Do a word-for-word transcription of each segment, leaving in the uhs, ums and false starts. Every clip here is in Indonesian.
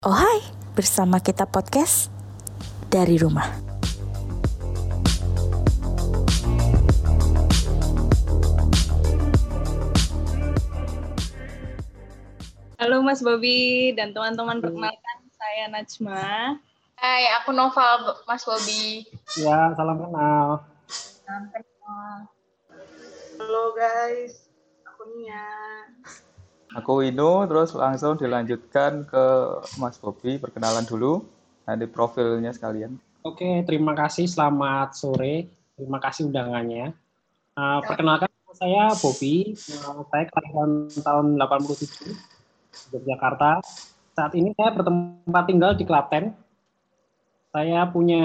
Oh hai, bersama kita podcast dari rumah. Halo Mas Bobi dan teman-teman, perkenalkan saya Najma. Hai, aku Noval, Mas Bobi. Ya, salam kenal. Salam kenal. Halo guys, aku Nia. Aku Ino, terus langsung dilanjutkan ke Mas Bobi, perkenalan dulu, nanti profilnya sekalian. Oke, terima kasih, selamat sore. Terima kasih undangannya. Uh, perkenalkan, saya Bobi, uh, saya kelahiran tahun delapan puluh tujuh, Yogyakarta. Saat ini saya bertempat tinggal di Klaten. Saya punya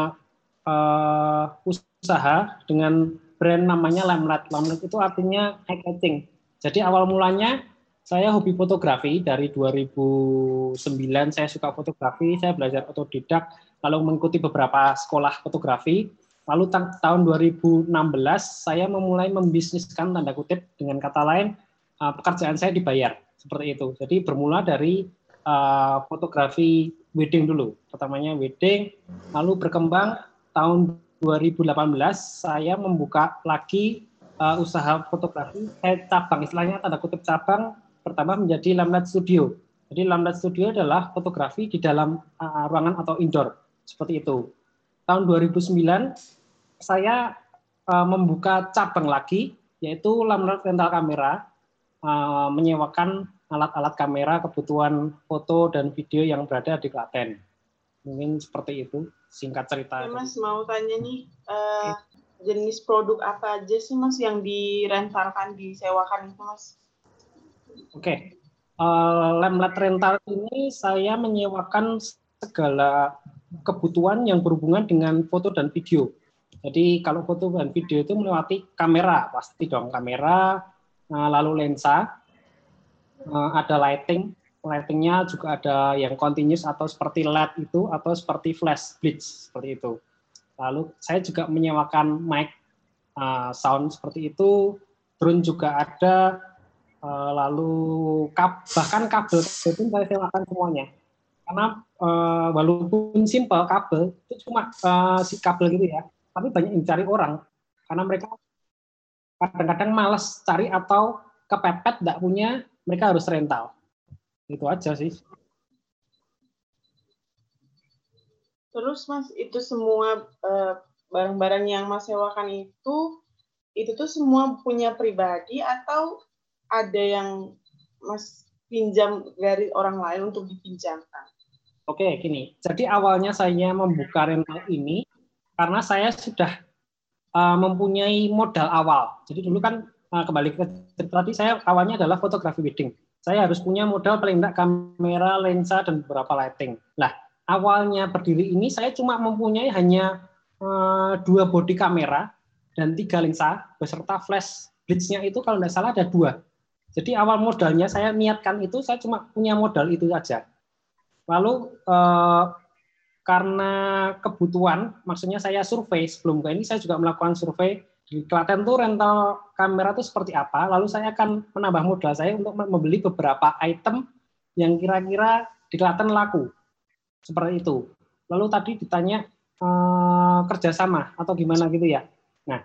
uh, usaha dengan brand namanya Lamelight. Lamelight itu artinya eye-catching. Jadi awal mulanya saya hobi fotografi. Dari dua ribu sembilan saya suka fotografi, saya belajar otodidak, lalu mengikuti beberapa sekolah fotografi. Lalu ta- tahun dua ribu enam belas saya memulai membisniskan, tanda kutip, dengan kata lain, uh, pekerjaan saya dibayar. Seperti itu. Jadi bermula dari uh, fotografi wedding dulu. Pertamanya wedding, lalu berkembang tahun dua ribu delapan belas saya membuka lagi uh, usaha fotografi. Saya cabang, istilahnya tanda kutip cabang, pertama menjadi Lamelight Studio. Jadi Lamelight Studio adalah fotografi di dalam uh, ruangan atau indoor. Seperti itu. Tahun dua ribu sembilan saya uh, membuka cabang lagi, yaitu Lamelight Rental Kamera, uh, menyewakan alat-alat kamera kebutuhan foto dan video yang berada di Klaten. Mungkin seperti itu, singkat cerita. Ya, Mas, mau tanya nih, uh, jenis produk apa aja sih Mas yang direntalkan, disewakan itu Mas? Oke, okay. uh, Lamelight Rental ini saya menyewakan segala kebutuhan yang berhubungan dengan foto dan video. Jadi kalau foto dan video itu melewati kamera, pasti dong kamera, uh, lalu lensa, uh, ada lighting, lightingnya juga ada yang continuous atau seperti L E D itu, atau seperti flash blitz seperti itu. Lalu saya juga menyewakan mic, uh, sound seperti itu, drone juga ada, uh, lalu kab, bahkan kabel itu saya sewakan semuanya. Karena uh, walaupun simple kabel itu cuma uh, si kabel gitu ya, tapi banyak yang dicari orang karena mereka kadang-kadang malas cari atau kepepet tidak punya, mereka harus rental. Itu aja sih. Terus Mas, itu semua uh, barang-barang yang Mas sewakan itu, itu tuh semua punya pribadi atau ada yang Mas pinjam dari orang lain untuk dipinjamkan? Oke, gini. Jadi awalnya saya membuka rental ini karena saya sudah uh, mempunyai modal awal. Jadi dulu kan uh, kembali ke tadi, saya awalnya adalah fotografi wedding. Saya harus punya modal paling tidak kamera, lensa, dan beberapa lighting. Nah, awalnya berdiri ini saya cuma mempunyai hanya uh, dua body kamera dan tiga lensa beserta flash blitz-nya itu kalau tidak salah ada dua. Jadi awal modalnya saya niatkan itu saya cuma punya modal itu saja. Lalu eh, karena kebutuhan, maksudnya saya survei sebelum ke ini, saya juga melakukan survei di Klaten tuh rental kamera itu seperti apa. Lalu saya akan menambah modal saya untuk membeli beberapa item yang kira-kira di Klaten laku, seperti itu. Lalu tadi ditanya eh, kerjasama atau gimana gitu ya. Nah,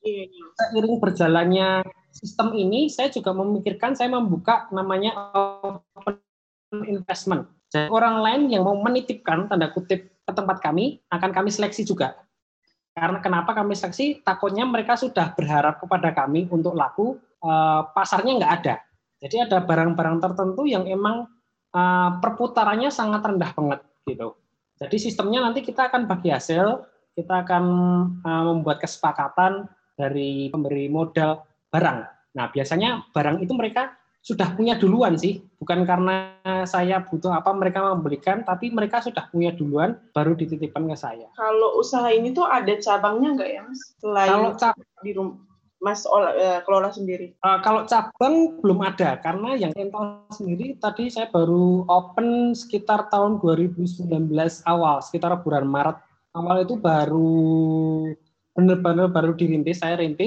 seiring berjalannya sistem ini, saya juga memikirkan saya membuka namanya open investment. Jadi orang lain yang mau menitipkan tanda kutip ke tempat kami akan kami seleksi juga. Karena kenapa kami seleksi? Takutnya mereka sudah berharap kepada kami untuk laku, eh, pasarnya nggak ada. Jadi ada barang-barang tertentu yang emang eh, perputarannya sangat rendah banget gitu. Jadi sistemnya nanti kita akan bagi hasil, kita akan eh, membuat kesepakatan dari pemberi modal barang. Nah biasanya barang itu mereka sudah punya duluan sih, bukan karena saya butuh apa mereka membelikan, tapi mereka sudah punya duluan, baru dititipkan ke saya. Kalau usaha ini tuh ada cabangnya nggak ya Mas? Selain kalau cabang di rumah Mas olah, uh, kelola sendiri? Uh, kalau cabang belum ada, karena yang rental sendiri tadi saya baru open sekitar tahun dua ribu sembilan belas awal, sekitar bulan Maret awal itu baru benar-benar baru dirintis, saya rintis.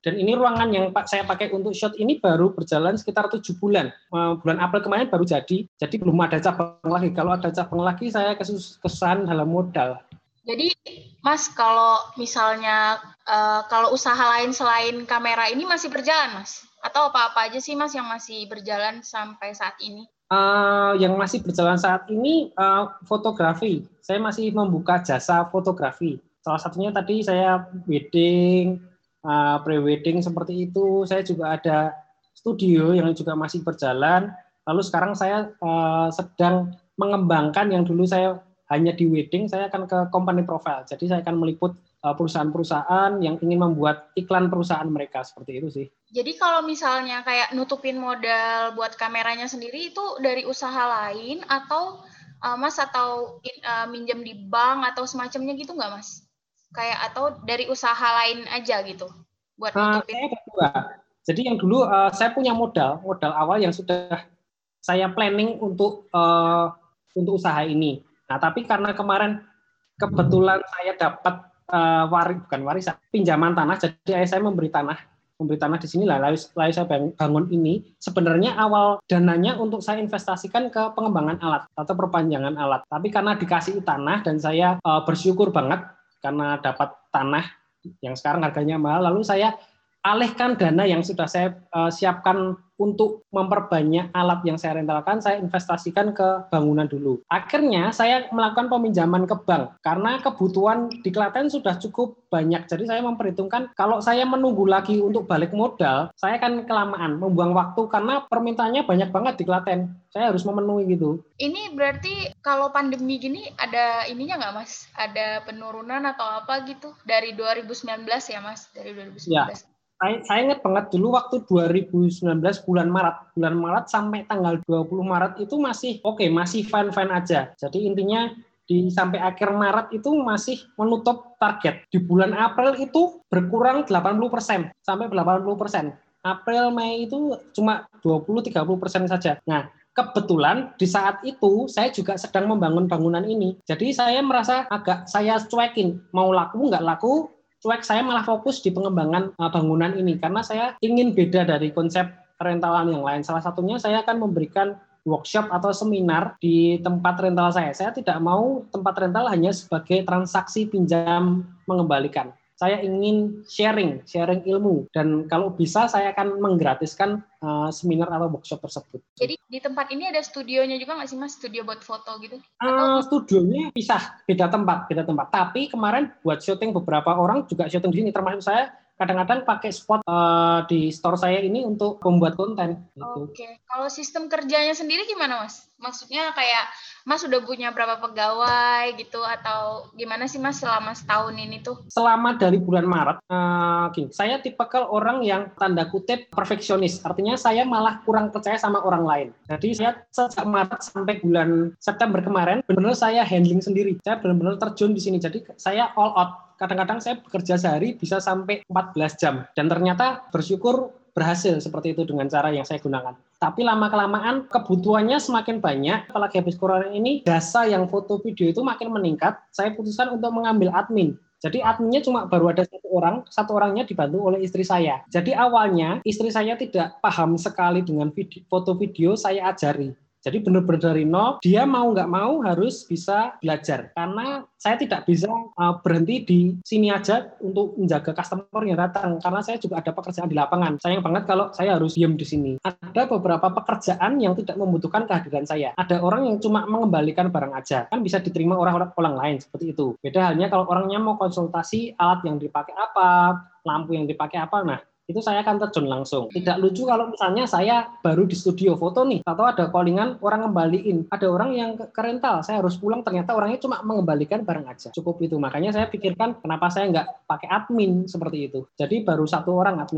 Dan ini ruangan yang Pak saya pakai untuk shoot ini baru berjalan sekitar tujuh bulan. Uh, bulan April kemarin baru jadi. Jadi belum ada cabang lagi. Kalau ada cabang lagi saya kesus- kesusahan dalam modal. Jadi Mas kalau misalnya uh, kalau usaha lain selain kamera ini masih berjalan Mas? Atau apa-apa aja sih Mas yang masih berjalan sampai saat ini? Uh, yang masih berjalan saat ini uh, fotografi. Saya masih membuka jasa fotografi. Salah satunya tadi saya wedding, uh, pre-wedding seperti itu. Saya juga ada studio yang juga masih berjalan. Lalu sekarang saya uh, sedang mengembangkan yang dulu saya hanya di wedding, saya akan ke company profile. Jadi saya akan meliput uh, perusahaan-perusahaan yang ingin membuat iklan perusahaan mereka. Seperti itu sih. Jadi kalau misalnya kayak nutupin modal buat kameranya sendiri itu dari usaha lain atau uh, Mas atau uh, minjem di bank atau semacamnya gitu nggak Mas? Kayak atau dari usaha lain aja gitu buat nutupin? Uh, saya berdua. Jadi yang dulu uh, saya punya modal, modal awal yang sudah saya planning untuk uh, untuk usaha ini. Nah tapi karena kemarin kebetulan saya dapat uh, waris bukan warisan pinjaman tanah, jadi ayah saya memberi tanah. memberi tanah di sini lah, lalu, lalu saya bangun ini. Sebenarnya awal dananya untuk saya investasikan ke pengembangan alat atau perpanjangan alat. Tapi karena dikasih tanah dan saya uh, bersyukur banget karena dapat tanah yang sekarang harganya mahal, lalu saya alihkan dana yang sudah saya uh, siapkan untuk memperbanyak alat yang saya rentalkan, saya investasikan ke bangunan dulu. Akhirnya saya melakukan peminjaman ke bank karena kebutuhan di Klaten sudah cukup banyak. Jadi saya memperhitungkan kalau saya menunggu lagi untuk balik modal, saya akan kelamaan, membuang waktu karena permintaannya banyak banget di Klaten. Saya harus memenuhi gitu. Ini berarti kalau pandemi gini ada ininya nggak Mas? Ada penurunan atau apa gitu dari dua ribu sembilan belas ya Mas? Dari dua ribu sembilan belas. Ya. Saya, saya ingat banget dulu waktu dua ribu sembilan belas bulan Maret, bulan Maret sampai tanggal dua puluh Maret itu masih oke, okay, masih fine-fine aja. Jadi intinya di sampai akhir Maret itu masih menutup target. Di bulan April itu berkurang delapan puluh persen sampai delapan puluh persen. April, Mei itu cuma dua puluh sampai tiga puluh persen saja. Nah, kebetulan di saat itu saya juga sedang membangun bangunan ini. Jadi saya merasa agak saya cuekin, mau laku nggak laku, cuek, saya malah fokus di pengembangan uh, bangunan ini karena saya ingin beda dari konsep rentalan yang lain. Salah satunya saya akan memberikan workshop atau seminar di tempat rental saya. Saya tidak mau tempat rental hanya sebagai transaksi pinjam mengembalikan. Saya ingin sharing, sharing ilmu, dan kalau bisa saya akan menggratiskan uh, seminar atau workshop tersebut. Jadi di tempat ini ada studionya juga nggak sih Mas? Studio buat foto gitu? Uh, studionya pisah, beda tempat, beda tempat. Tapi kemarin buat syuting beberapa orang juga syuting di sini, termasuk saya. Kadang-kadang pakai spot uh, di store saya ini untuk membuat konten. Gitu. Oke, kalau sistem kerjanya sendiri gimana Mas? Maksudnya kayak Mas udah punya berapa pegawai gitu atau gimana sih Mas selama setahun ini tuh? Selama dari bulan Maret, uh, gini, saya tipikal orang yang tanda kutip perfeksionis. Artinya saya malah kurang percaya sama orang lain. Jadi saya sejak Maret sampai bulan September kemarin benar-benar saya handling sendiri. Saya benar-benar terjun di sini. Jadi saya all out. Kadang-kadang saya bekerja sehari bisa sampai empat belas jam. Dan ternyata bersyukur berhasil seperti itu dengan cara yang saya gunakan. Tapi lama-kelamaan kebutuhannya semakin banyak, apalagi habis corona ini, jasa yang foto video itu makin meningkat. Saya putuskan untuk mengambil admin. Jadi adminnya cuma baru ada satu orang, satu orangnya dibantu oleh istri saya. Jadi awalnya istri saya tidak paham sekali dengan video, foto video, saya ajari. Jadi benar-benar dari nol, dia mau nggak mau harus bisa belajar. Karena saya tidak bisa uh, berhenti di sini aja untuk menjaga customer yang datang. Karena saya juga ada pekerjaan di lapangan. Sayang banget kalau saya harus diam di sini. Ada beberapa pekerjaan yang tidak membutuhkan kehadiran saya. Ada orang yang cuma mengembalikan barang aja. Kan bisa diterima orang-orang orang lain seperti itu. Beda halnya kalau orangnya mau konsultasi alat yang dipakai apa, lampu yang dipakai apa, nah itu saya akan terjun langsung. Tidak lucu kalau misalnya saya baru di studio foto nih, atau ada callingan orang ngembaliin. Ada orang yang ke rental, saya harus pulang, ternyata orangnya cuma mengembalikan barang aja. Cukup itu. Makanya saya pikirkan kenapa saya nggak pakai admin seperti itu. Jadi baru satu orang adminnya.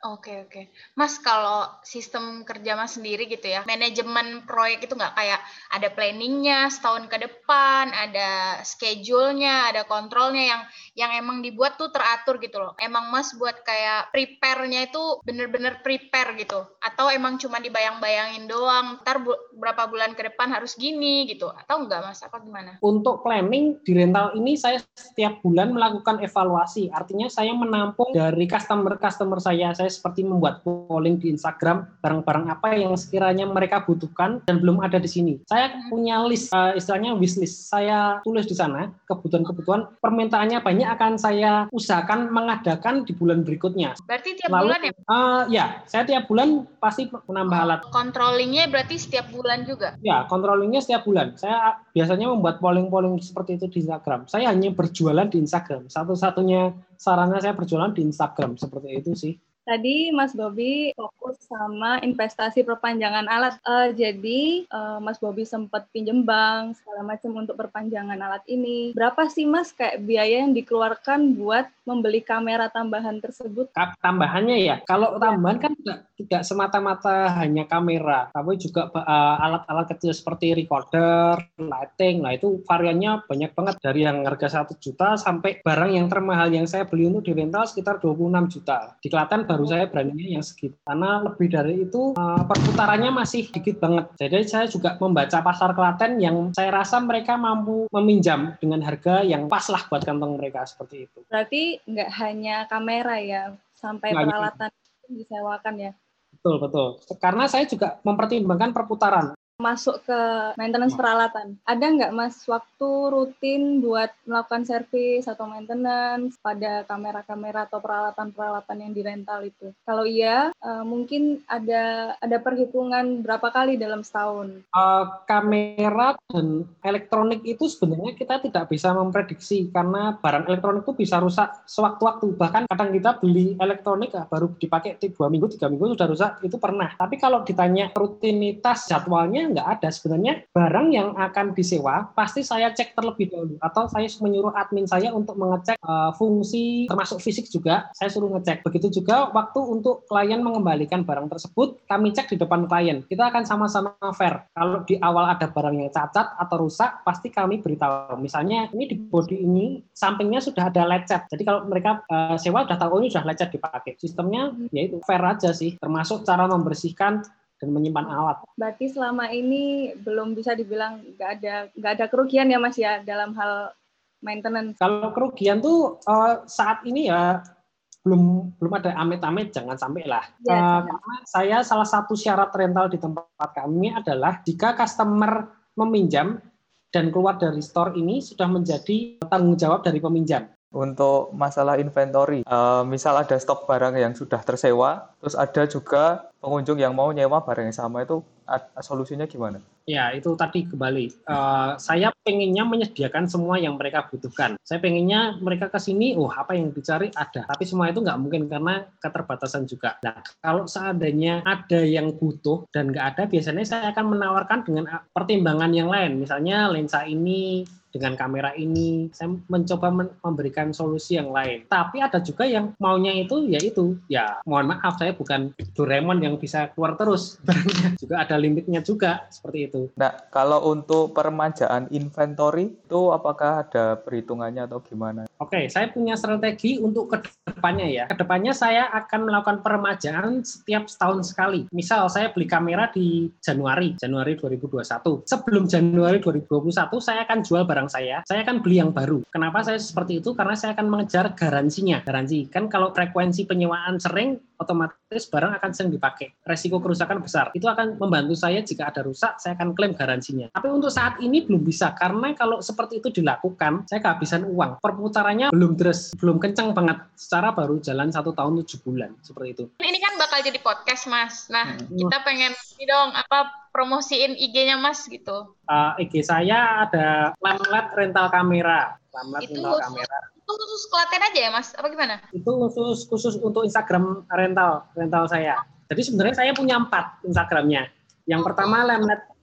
Oke, oke. Mas, kalau sistem kerja Mas sendiri gitu ya, manajemen proyek itu nggak kayak ada planning-nya setahun ke depan, ada schedule-nya, ada kontrolnya yang yang emang dibuat tuh teratur gitu loh. Emang Mas buat kayak prepare-nya itu bener-bener prepare gitu? Atau emang cuma dibayang-bayangin doang, ntar bu- berapa bulan ke depan harus gini gitu? Atau enggak Mas, apa gimana? Untuk planning di rental ini saya setiap bulan melakukan evaluasi. Artinya saya menampung dari customer-customer saya. Saya seperti membuat polling di Instagram, barang-barang apa yang sekiranya mereka butuhkan dan belum ada di sini. Saya punya list, uh, istilahnya wish list. Saya tulis di sana kebutuhan-kebutuhan, permintaannya banyak akan saya usahakan mengadakan di bulan berikutnya. Berarti tiap Lalu, bulan ya? Uh, ya, saya tiap bulan pasti menambah alat. Controllingnya berarti setiap bulan juga? Ya, controllingnya setiap bulan. Saya biasanya membuat polling-polling seperti itu di Instagram. Saya hanya berjualan di Instagram. Satu-satunya sarana saya berjualan di Instagram. Seperti itu sih. Tadi Mas Bobi fokus sama investasi perpanjangan alat. Uh, jadi uh, Mas Bobi sempat pinjem bank segala macam untuk perpanjangan alat ini. Berapa sih Mas kayak biaya yang dikeluarkan buat membeli kamera tambahan tersebut? Tambahannya ya, kalau tambahan kan tidak, tidak semata-mata hanya kamera, tapi juga uh, alat-alat kecil seperti recorder, lighting. Nah itu variannya banyak banget dari yang harga satu juta sampai barang yang termahal yang saya beli untuk di rental sekitar dua puluh enam juta. Di Klaten baru saya beraninya yang segitu, karena lebih dari itu uh, perputarannya masih dikit banget. Jadi saya juga membaca pasar Klaten yang saya rasa mereka mampu meminjam dengan harga yang pas lah buat kantong mereka, seperti itu. Berarti nggak hanya kamera ya, sampai Nggak peralatan itu disewakan ya? Betul, betul. Karena saya juga mempertimbangkan perputaran. Masuk ke maintenance peralatan. Ada nggak Mas waktu rutin buat melakukan servis atau maintenance pada kamera-kamera atau peralatan-peralatan yang dirental itu? Kalau iya, uh, mungkin ada ada perhitungan berapa kali dalam setahun? Uh, kamera dan elektronik itu sebenarnya kita tidak bisa memprediksi karena barang elektronik itu bisa rusak sewaktu-waktu. Bahkan kadang kita beli elektronik ah, baru dipakai dua minggu, tiga minggu sudah rusak, itu pernah. Tapi kalau ditanya rutinitas jadwalnya nggak ada. Sebenarnya barang yang akan disewa pasti saya cek terlebih dahulu atau saya menyuruh admin saya untuk mengecek uh, fungsi termasuk fisik juga saya suruh ngecek. Begitu juga waktu untuk klien mengembalikan barang tersebut kami cek di depan klien. Kita akan sama-sama fair. Kalau di awal ada barang yang cacat atau rusak pasti kami beritahu. Misalnya ini di bodi ini sampingnya sudah ada lecet. Jadi kalau mereka uh, sewa sudah tahu ini sudah lecet dipakai. Sistemnya yaitu fair aja sih, termasuk cara membersihkan dan menyimpan alat. Berarti selama ini belum bisa dibilang nggak ada nggak ada kerugian ya Mas ya dalam hal maintenance. Kalau kerugian tuh uh, saat ini ya belum belum ada amit-amit, jangan sampai lah. Ya, uh, karena saya salah satu syarat rental di tempat kami adalah jika customer meminjam dan keluar dari store ini sudah menjadi tanggung jawab dari peminjam. Untuk masalah inventory, uh, misal ada stok barang yang sudah tersewa, terus ada juga pengunjung yang mau nyewa barang yang sama, itu solusinya gimana? Ya, itu tadi kembali. Uh, saya pengennya menyediakan semua yang mereka butuhkan. Saya pengennya mereka ke sini, oh apa yang dicari ada. Tapi semua itu nggak mungkin karena keterbatasan juga. Nah, kalau seandainya ada yang butuh dan nggak ada, biasanya saya akan menawarkan dengan pertimbangan yang lain. Misalnya lensa ini, dengan kamera ini, saya mencoba memberikan solusi yang lain. Tapi ada juga yang maunya itu, ya itu. Ya, mohon maaf, saya bukan Doraemon yang bisa keluar terus. Juga ada limitnya juga, seperti itu. Nah, kalau untuk permajaan inventory, itu apakah ada perhitungannya atau gimana? Oke, saya punya strategi untuk kedepannya ya. Kedepannya saya akan melakukan permajaan setiap setahun sekali. Misal, saya beli kamera di Januari, Januari dua ribu dua puluh satu. Sebelum Januari dua ribu dua puluh satu, saya akan jual barang saya, saya akan beli yang baru. Kenapa saya seperti itu? Karena saya akan mengejar garansinya. Garansi kan kalau frekuensi penyewaan sering, otomatis barang akan sering dipakai. Resiko kerusakan besar. Itu akan membantu saya jika ada rusak, saya akan klaim garansinya. Tapi untuk saat ini belum bisa karena kalau seperti itu dilakukan, saya kehabisan uang. Perputarannya belum terus, belum kencang banget. Secara baru jalan satu tahun tujuh bulan seperti itu. Ini kan bakal jadi podcast Mas. Nah, hmm. kita pengen ini dong apa promosiin I G-nya Mas gitu. Uh, I G saya ada Lamlet rental kamera. Lamlet itu rental khusus, kamera. Itu khusus Klaten aja ya Mas? Apa gimana? Itu khusus khusus untuk Instagram rental rental saya. Jadi sebenarnya saya punya empat Instagramnya. Yang pertama Lamlet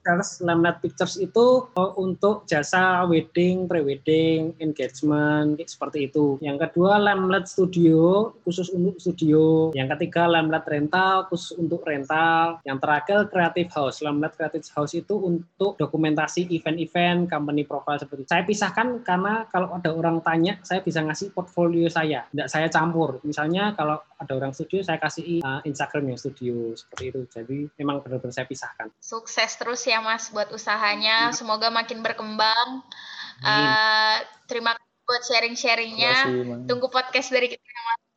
Pictures. Lamplight Pictures itu uh, untuk jasa wedding, pre-wedding, engagement, kayak seperti itu. Yang kedua Lamplight Studio, khusus untuk studio. Yang ketiga Lamplight Rental, khusus untuk rental. Yang terakhir Creative House. Lamplight Creative House itu untuk dokumentasi event-event, company profile seperti itu. Saya pisahkan karena kalau ada orang tanya, saya bisa ngasih portfolio saya. Tidak saya campur. Misalnya kalau ada orang studio, saya kasih uh, Instagram yang studio seperti itu. Jadi memang benar-benar saya pisahkan. Sukses terus ya Mas buat usahanya. Semoga makin berkembang. Uh, terima kasih buat sharing-sharingnya. Tunggu podcast dari kita ya Mas.